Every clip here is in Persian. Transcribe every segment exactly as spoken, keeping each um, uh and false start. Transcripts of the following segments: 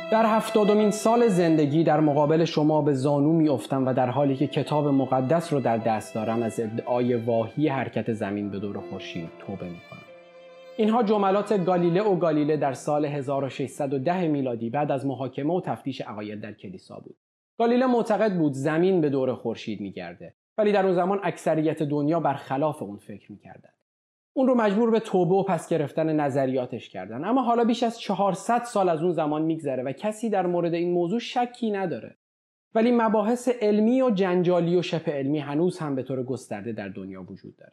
در هفتادمین سال زندگی در مقابل شما به زانو میافتم و در حالی که کتاب مقدس رو در دست دارم از ادعای واهی حرکت زمین به دور خورشید توبه میکنم. اینها جملات گالیله و گالیله در سال هزار و ششصد و ده میلادی بعد از محاکمه و تفتیش عقاید در کلیسا بود. گالیله معتقد بود زمین به دور خورشید میگرده، ولی در اون زمان اکثریت دنیا برخلاف اون فکر میکردن. اون رو مجبور به توبه و پس گرفتن نظریاتش کردن. اما حالا بیش از چهارصد سال از اون زمان میگذره و کسی در مورد این موضوع شکی نداره. ولی مباحث علمی و جنجالی و شبه علمی هنوز هم به طور گسترده در دنیا وجود داره.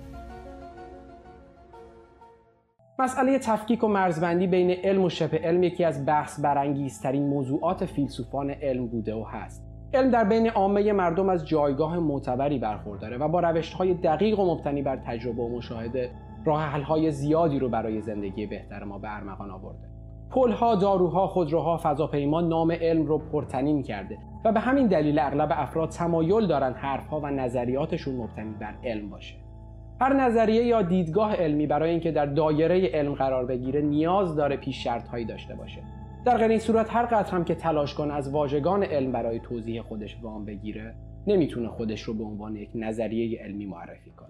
مسئله تفکیک و مرزبندی بین علم و شبه علم یکی از بحث برانگیزترین موضوعات فیلسوفان علم بوده و هست. علم در بین عامه مردم از جایگاه معتبری برخورداره و با روش‌های دقیق و مبتنی بر تجربه و مشاهده راه حل‌های زیادی رو برای زندگی بهتر ما به ارمغان آورده. پل‌ها، داروها، خودروها، فضاپیما نام علم رو پرتنین کرده و به همین دلیل اغلب افراد تمایل دارن حرف‌ها و نظریاتشون مبتنی بر علم باشه. هر نظریه یا دیدگاه علمی برای اینکه در دایره علم قرار بگیره نیاز داره پیش شرط‌هایی داشته باشه. در غیر این صورت هر قدر هم که تلاش کنه از واژگان علم برای توضیح خودش وام بگیره، نمیتونه خودش رو به عنوان یک نظریه علمی معرفی کنه.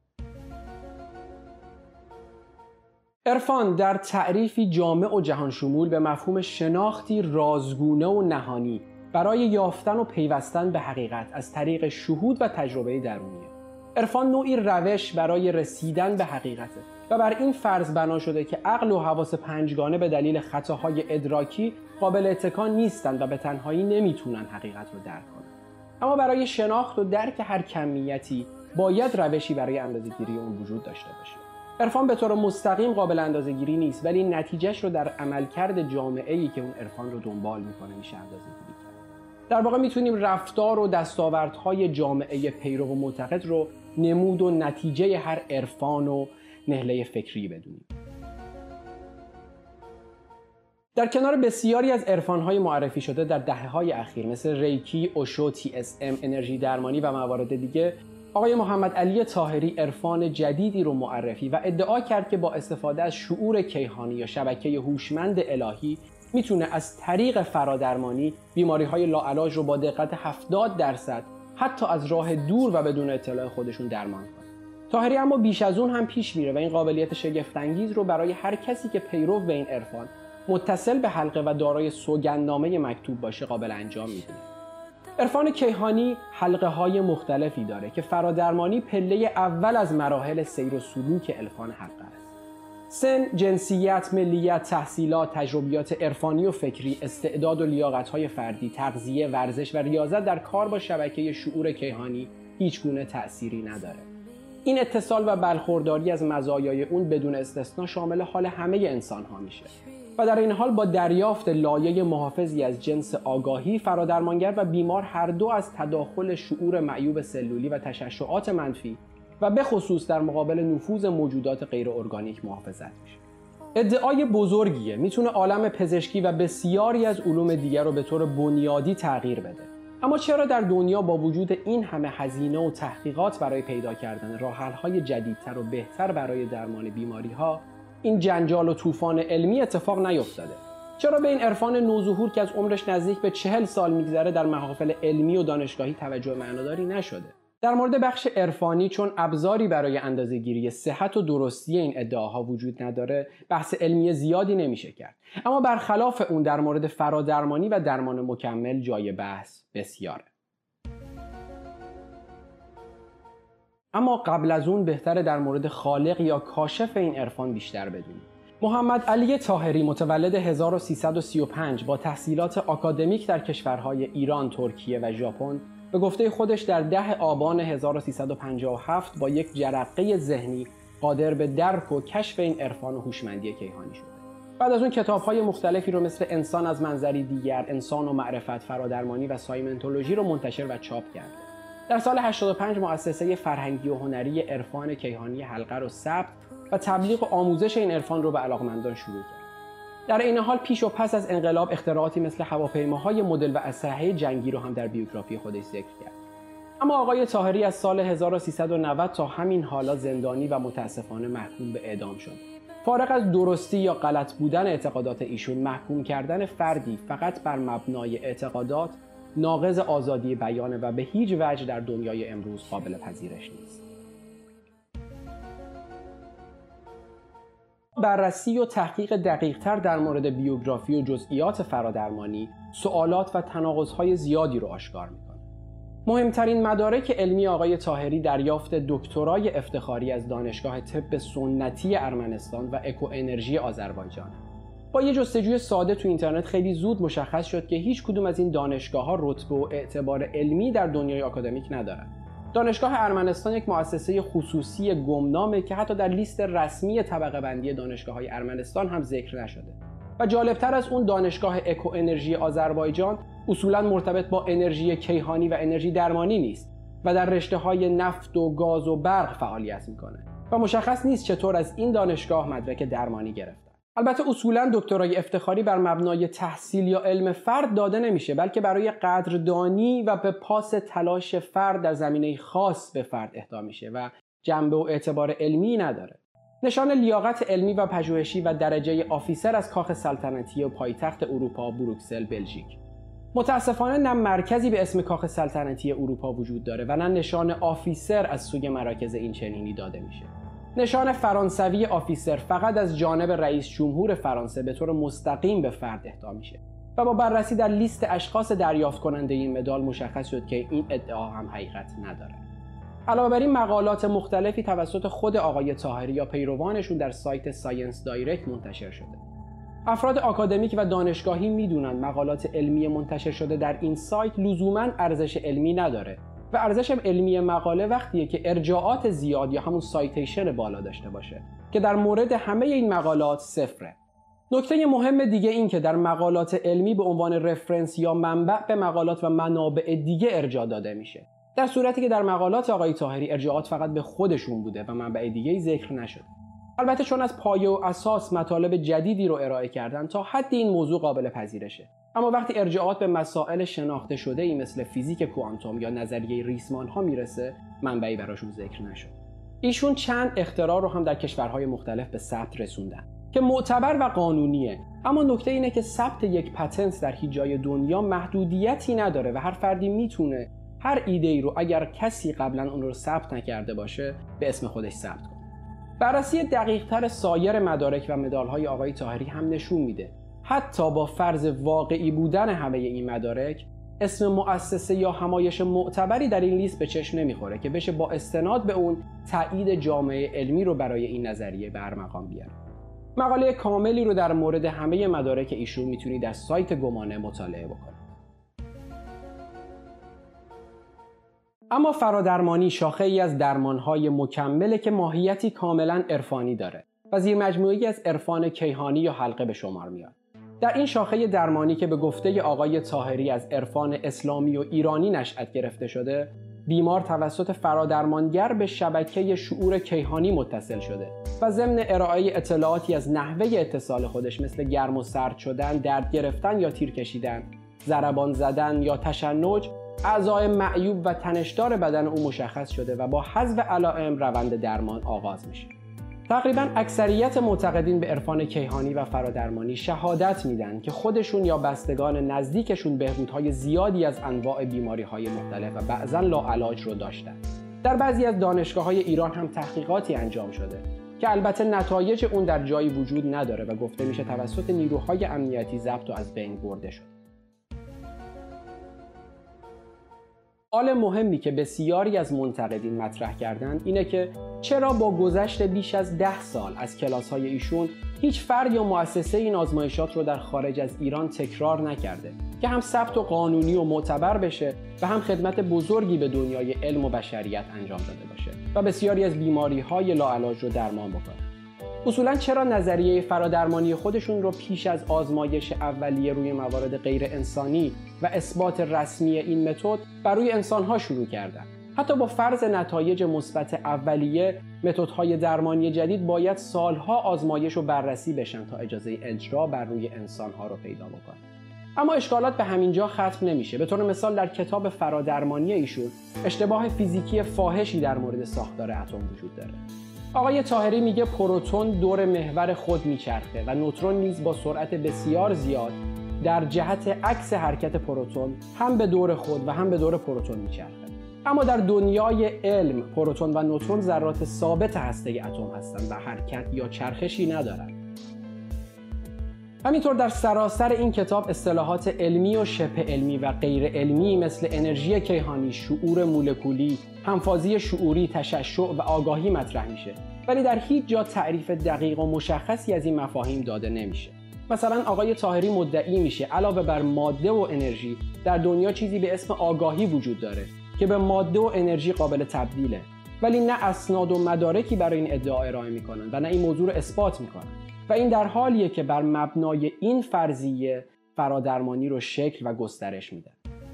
عرفان در تعریفی جامع و جهان شمول به مفهوم شناختی رازگونه و نهانی برای یافتن و پیوستن به حقیقت از طریق شهود و تجربه درونیه. عرفان نوعی روش برای رسیدن به حقیقته و بر این فرض بنا شده که عقل و حواس پنجگانه به دلیل خطاهای ادراکی قابل اتکا نیستند و به تنهایی نمیتونن حقیقت رو درک کنن. اما برای شناخت و درک هر کمیتی باید روشی برای اندازه‌گیری اون وجود داشته باشه. عرفان به طور مستقیم قابل اندازه‌گیری نیست، ولی نتیجهش رو در عملکرد جامعه‌ای که اون عرفان رو دنبال میکنه میشه اندازه‌گیری کرد. در واقع میتونیم رفتار و دستاوردهای جامعه پیرو و معتقد رو نمود و نتیجه هر عرفان و نهله فکری بدونیم. در کنار بسیاری از عرفان‌های معرفی شده در دهه‌های اخیر مثل ریکی، اوشو، تی اس ام، انرژی درمانی و موارد دیگه، آقای محمد علی طاهری عرفان جدیدی رو معرفی و ادعا کرد که با استفاده از شعور کیهانی یا شبکه هوشمند الهی میتونه از طریق فرادرمانی بیماری‌های لاعلاج رو با دقت هفتاد درصد حتی از راه دور و بدون اطلاع خودشون درمان کنه. طاهری اما بیش از اون هم پیش میره و این قابلیت شگفت‌انگیز رو برای هر کسی که پیرو به این عرفان متصل به حلقه و دارای سوگندنامه مکتوب باشه قابل انجام میدونه. عرفان کیهانی حلقه های مختلفی داره که فرادرمانی پله اول از مراحل سیر و سلوک عرفان حلقه است. سن، جنسیت، ملیت، تحصیلات، تجربیات عرفانی و فکری، استعداد و لیاقت‌های فردی، تغذیه، ورزش و ریاضت در کار با شبکه شعور کیهانی هیچ گونه تأثیری نداره. این اتصال و برخورداری از مزایای اون بدون استثنا شامل حال همه انسان‌ها میشه. و در این حال با دریافت لایه محافظی از جنس آگاهی، فرادرمانگر و بیمار هر دو از تداخل شعور معیوب سلولی و تشعشعات منفی و به خصوص در مقابل نفوذ موجودات غیر ارگانیک محافظت میشه. ادعای بزرگیه، میتونه عالم پزشکی و بسیاری از علوم دیگر رو به طور بنیادی تغییر بده. اما چرا در دنیا با وجود این همه هزینه و تحقیقات برای پیدا کردن راه حل‌های جدیدتر و بهتر برای درمان بیماری‌ها این جنجال و طوفان علمی اتفاق نیفتاده؟ چرا به این عرفان نوظهور که از عمرش نزدیک به چهل سال میگذره در محافل علمی و دانشگاهی توجه معناداری نشده؟ در مورد بخش عرفانی چون ابزاری برای اندازه‌گیری صحت و درستی این ادعاها وجود نداره، بحث علمی زیادی نمیشه کرد. اما برخلاف اون در مورد فرادرمانی و درمان مکمل جای بحث بسیاره. اما قبل از اون بهتره در مورد خالق یا کاشف این عرفان بیشتر بدونیم. محمد علی طاهری متولد هزار و سیصد و سی و پنج با تحصیلات آکادمیک در کشورهای ایران، ترکیه و ژاپن به گفته خودش در ده آبان هزار و سیصد و پنجاه و هفت با یک جرقه ذهنی قادر به درک و کشف این عرفان و هوشمندی کیهانی شده. بعد از اون کتاب‌های مختلفی رو مثل انسان از منظری دیگر، انسان و معرفت، فرادرمانی و سایمنتولوژی رو منتشر و چاپ کرده. در سال هشتاد و پنج مؤسسه فرهنگی و هنری عرفان کیهانی حلقه رو ثبت و تبلیغ و آموزش این عرفان رو به علاقمندان شروع کرد. در این حال پیش و پس از انقلاب اختراعاتی مثل هواپیماهای مدل و اسلحه جنگی رو هم در بیوگرافی خودش ذکر کرد. اما آقای طاهری از سال هزار و سیصد و نود تا همین حالا زندانی و متاسفانه محکوم به اعدام شد. فارغ از درستی یا غلط بودن اعتقادات ایشون، محکوم کردن فردی فقط بر مبنای اعتقادات ناقض آزادی بیانه و به هیچ وجه در دنیای امروز قابل پذیرش نیست. بررسی و تحقیق دقیق‌تر در مورد بیوگرافی و جزئیات فرادرمانی سوالات و تناقض‌های زیادی رو آشکار می‌کنه. مهمترین مدارک علمی آقای طاهری دریافت دکترای افتخاری از دانشگاه طب سنتی ارمنستان و اکو انرژی آذربایجان. با یه جستجوی ساده تو اینترنت خیلی زود مشخص شد که هیچ کدوم از این دانشگاه‌ها رتبه و اعتبار علمی در دنیای آکادمیک ندارن. دانشگاه ارمنستان یک مؤسسه خصوصی گمنامه که حتی در لیست رسمی طبقه بندی دانشگاه‌های ارمنستان هم ذکر نشده. و جالبتر از اون، دانشگاه اکو انرژی آذربایجان اصولاً مرتبط با انرژی کیهانی و انرژی درمانی نیست و در رشته‌های نفت و گاز و برق فعالیت میکنه و مشخص نیست چطور از این دانشگاه مدرک درمانی گرفتن. البته اصولاً دکترای افتخاری بر مبنای تحصیل یا علم فرد داده نمیشه، بلکه برای قدردانی و به پاس تلاش فرد در زمینه خاص به فرد اهدا میشه و جنبه و اعتبار علمی نداره. نشان لیاقت علمی و پژوهشی و درجه آفیسر از کاخ سلطنتی و پایتخت اروپا بروکسل، بلژیک. متاسفانه نه مرکزی به اسم کاخ سلطنتی اروپا وجود داره و نه نشان آفیسر از سوی مراکز این چنینی داده میشه. نشان فرانسوی آفیسر فقط از جانب رئیس جمهور فرانسه به طور مستقیم به فرد اهدا میشه و با بررسی در لیست اشخاص دریافت کننده این مدال مشخص شد که این ادعا هم حقیقت نداره. علاوه بر این، مقالات مختلفی توسط خود آقای طاهری یا پیروانشون در سایت ساینس دایرکت منتشر شده. افراد آکادمیک و دانشگاهی میدونن مقالات علمی منتشر شده در این سایت لزوماً ارزش علمی نداره و ارزش علمی مقاله وقتیه که ارجاعات زیاد یا همون سایتیشن بالا داشته باشه که در مورد همه این مقالات صفره. نکته مهم دیگه این که در مقالات علمی به عنوان رفرنس یا منبع به مقالات و منابع دیگه ارجاع داده میشه، در صورتی که در مقالات آقای طاهری ارجاعات فقط به خودشون بوده و منبع دیگه‌ای ذکر نشده. البته چون از پایه و اساس مطالب جدیدی رو ارائه کردن، تا حدی این موضوع قابل پذیرشه. اما وقتی ارجاعات به مسائل شناخته شده ای مثل فیزیک کوانتوم یا نظریه ریسمان ها میرسه، منبعی براشون ذکر نشد. ایشون چند اختراع رو هم در کشورهای مختلف به ثبت رسوندن که معتبر و قانونیه، اما نکته اینه که ثبت یک پتنت در هیچ جای دنیا محدودیتی نداره و هر فردی میتونه هر ایده ای رو اگر کسی قبلا اون رو ثبت نکرده باشه به اسم خودش ثبت کنه. بررسی دقیق‌تر سایر مدارک و مدال‌های آقای طاهری هم نشون میده حتی با فرض واقعی بودن همه این مدارک، اسم مؤسسه یا همایش معتبری در این لیست به چشم نمیخوره که بشه با استناد به اون تایید جامعه علمی رو برای این نظریه به ارمغان بیاره. مقاله کاملی رو در مورد همه مدارک ایشون میتونید در سایت گمانه مطالعه بکنید. اما فرادرمانی شاخه ای از درمانهای مکمله که ماهیتی کاملا عرفانی داره و زیر مجموعه‌ای از عرفان کیهانی یا حلقه به شمار میاد. در این شاخه درمانی که به گفته آقای طاهری از عرفان اسلامی و ایرانی نشأت گرفته شده، بیمار توسط فرادرمانگر به شبکه شعور کیهانی متصل شده و ضمن ارائه اطلاعاتی از نحوه اتصال خودش مثل گرم و سرد شدن، درد گرفتن یا تیر کشیدن، ضربان زدن یا تشنج، اعضای معیوب و تنشدار بدن او مشخص شده و با حذف علائم روند درمان آغاز میشه. تقریباً اکثریت معتقدین به عرفان کیهانی و فرادرمانی شهادت میدن که خودشون یا بستگان نزدیکشون بهبودهای زیادی از انواع بیماری‌های مختلف و بعضاً لاعلاج رو داشتن. در بعضی از دانشگاه‌های ایران هم تحقیقاتی انجام شده که البته نتایج اون در جایی وجود نداره و گفته میشه توسط نیروهای امنیتی ضبط و از بین برده شد. سوال مهمی که بسیاری از منتقدین مطرح کردند اینه که چرا با گذشت بیش از ده سال از کلاس‌های ایشون هیچ فرد یا مؤسسه این آزمایشات رو در خارج از ایران تکرار نکرده که هم ثبت و قانونی و معتبر بشه و هم خدمت بزرگی به دنیای علم و بشریت انجام داده باشه و بسیاری از بیماری‌های لاعلاج رو درمان بکنه. اصولاً چرا نظریه فرادرمانی خودشون رو پیش از آزمایش اولیه روی موارد غیر انسانی و اثبات رسمی این متد بر روی انسان‌ها شروع کردن؟ حتی با فرض نتایج مثبت اولیه، متدهای درمانی جدید باید سالها آزمایش و بررسی بشن تا اجازه اجرا بر روی انسان‌ها رو پیدا بکنن. اما اشکالات به همین جا ختم نمیشه. به طور مثال در کتاب فرادرمانی ایشون اشتباه فیزیکی فاحشی در مورد ساختار اتم وجود داره. آقای طاهری میگه پروتون دور محور خود میچرخه و نوترون نیز با سرعت بسیار زیاد در جهت عکس حرکت پروتون هم به دور خود و هم به دور پروتون میچرخه. اما در دنیای علم پروتون و نوترون ذرات ثابت هسته اتم هستند و حرکت یا چرخشی ندارند. همینطور در سراسر این کتاب اصطلاحات علمی و شبه علمی و غیر علمی مثل انرژی کیهانی، شعور مولکولی، همفازی شعوری، تشعشع و آگاهی مطرح میشه، ولی در هیچ جا تعریف دقیق و مشخصی از این مفاهیم داده نمیشه. مثلا آقای طاهری مدعی میشه علاوه بر ماده و انرژی در دنیا چیزی به اسم آگاهی وجود داره که به ماده و انرژی قابل تبدیله، ولی نه اسناد و مدارکی برای این ادعا ارائه میکنن و نه این موضوع رو اثبات میکنن و این در حالیه که بر مبنای این فرضیه فرادرمانی رو شکل و گسترش میده.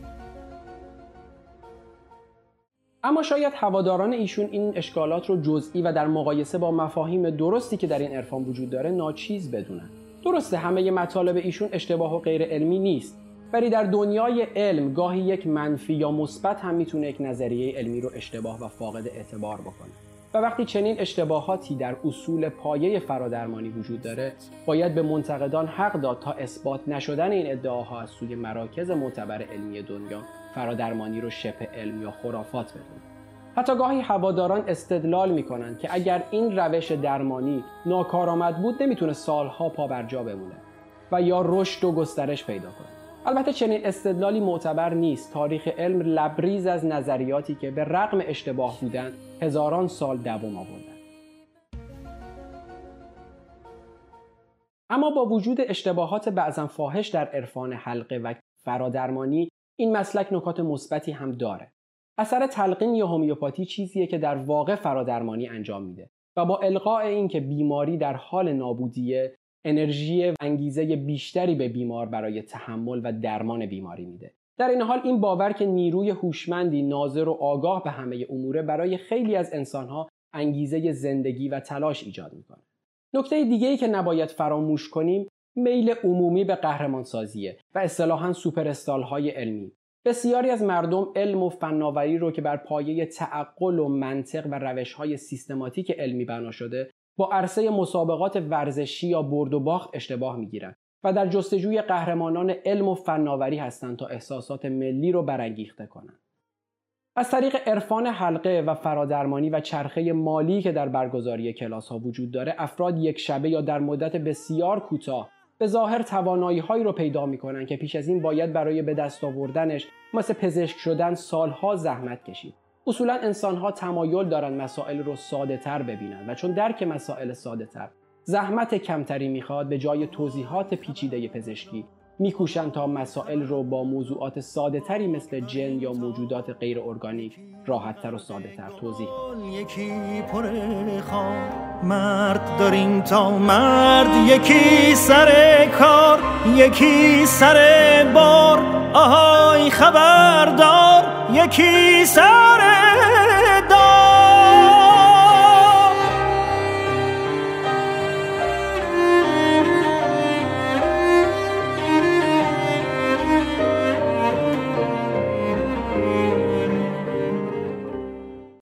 اما شاید هواداران ایشون این اشکالات رو جزئی و در مقایسه با مفاهیم درستی که در این عرفان وجود داره ناچیز بدونن. درسته همه مطالب ایشون اشتباه و غیر علمی نیست، ولی در دنیای علم گاهی یک منفی یا مثبت هم میتونه یک نظریه علمی رو اشتباه و فاقد اعتبار بکنه. و وقتی چنین اشتباهاتی در اصول پایه فرادرمانی وجود داره، باید به منتقدان حق داد تا اثبات نشدن این ادعاها از سوی مراکز معتبر علمی دنیا فرادرمانی رو شبه علم یا خرافات بدونن. حتی گاهی هواداران استدلال میکنن که اگر این روش درمانی ناکارآمد بود نمیتونه سالها پا بر جا بمونه و یا رشد و گسترش پیدا کنه. البته چنین استدلالی معتبر نیست. تاریخ علم لبریز از نظریاتی که به رغم اشتباه بودن هزاران سال دوام آوردن. اما با وجود اشتباهات بعضا فاحش در عرفان حلقه و فرادرمانی، این مسلک نکات مثبتی هم داره. اثر تلقین یا هومیوپاتی چیزیه که در واقع فرادرمانی انجام میده و با الغاء این که بیماری در حال نابودیه، انرژی و انگیزه بیشتری به بیمار برای تحمل و درمان بیماری میده. در این حال این باور که نیروی هوشمندی ناظر و آگاه به همه اموره برای خیلی از انسانها انگیزه زندگی و تلاش ایجاد میکنه. نکته دیگه‌ای که نباید فراموش کنیم میل عمومی به قهرمانسازیه و اصطلاحاً سوپر استارهای علمی. بسیاری از مردم علم و فناوری رو که بر پایه تعقل و منطق و روش‌های سیستماتیک علمی بنا شده با عرصه مسابقات ورزشی یا برد و باخت اشتباه میگیرن و در جستجوی قهرمانان علم و فناوری هستند تا احساسات ملی رو برانگیخته کنند. از طریق عرفان حلقه و فرادرمانی و چرخه مالی که در برگزاری کلاس‌ها وجود داره، افراد یک شبه یا در مدت بسیار کوتاه به ظاهر توانایی‌هایی رو پیدا می‌کنن که پیش از این باید برای به دست آوردنش مثل پزشک شدن سالها زحمت کشید. اصولاً انسان‌ها تمایل دارن مسائل رو ساده‌تر ببینن و چون درک مسائل ساده‌تر زحمت کمتری میخواد، به جای توضیحات پیچیده پزشکی میکوشن تا مسائل رو با موضوعات ساده‌تری مثل جن یا موجودات غیر ارگانیک راحت‌تر و ساده‌تر توضیح بدن. یکی پر خار مرد داریم تا مرد، یکی سر کار یکی سر بار، آهای خبردار یکی سر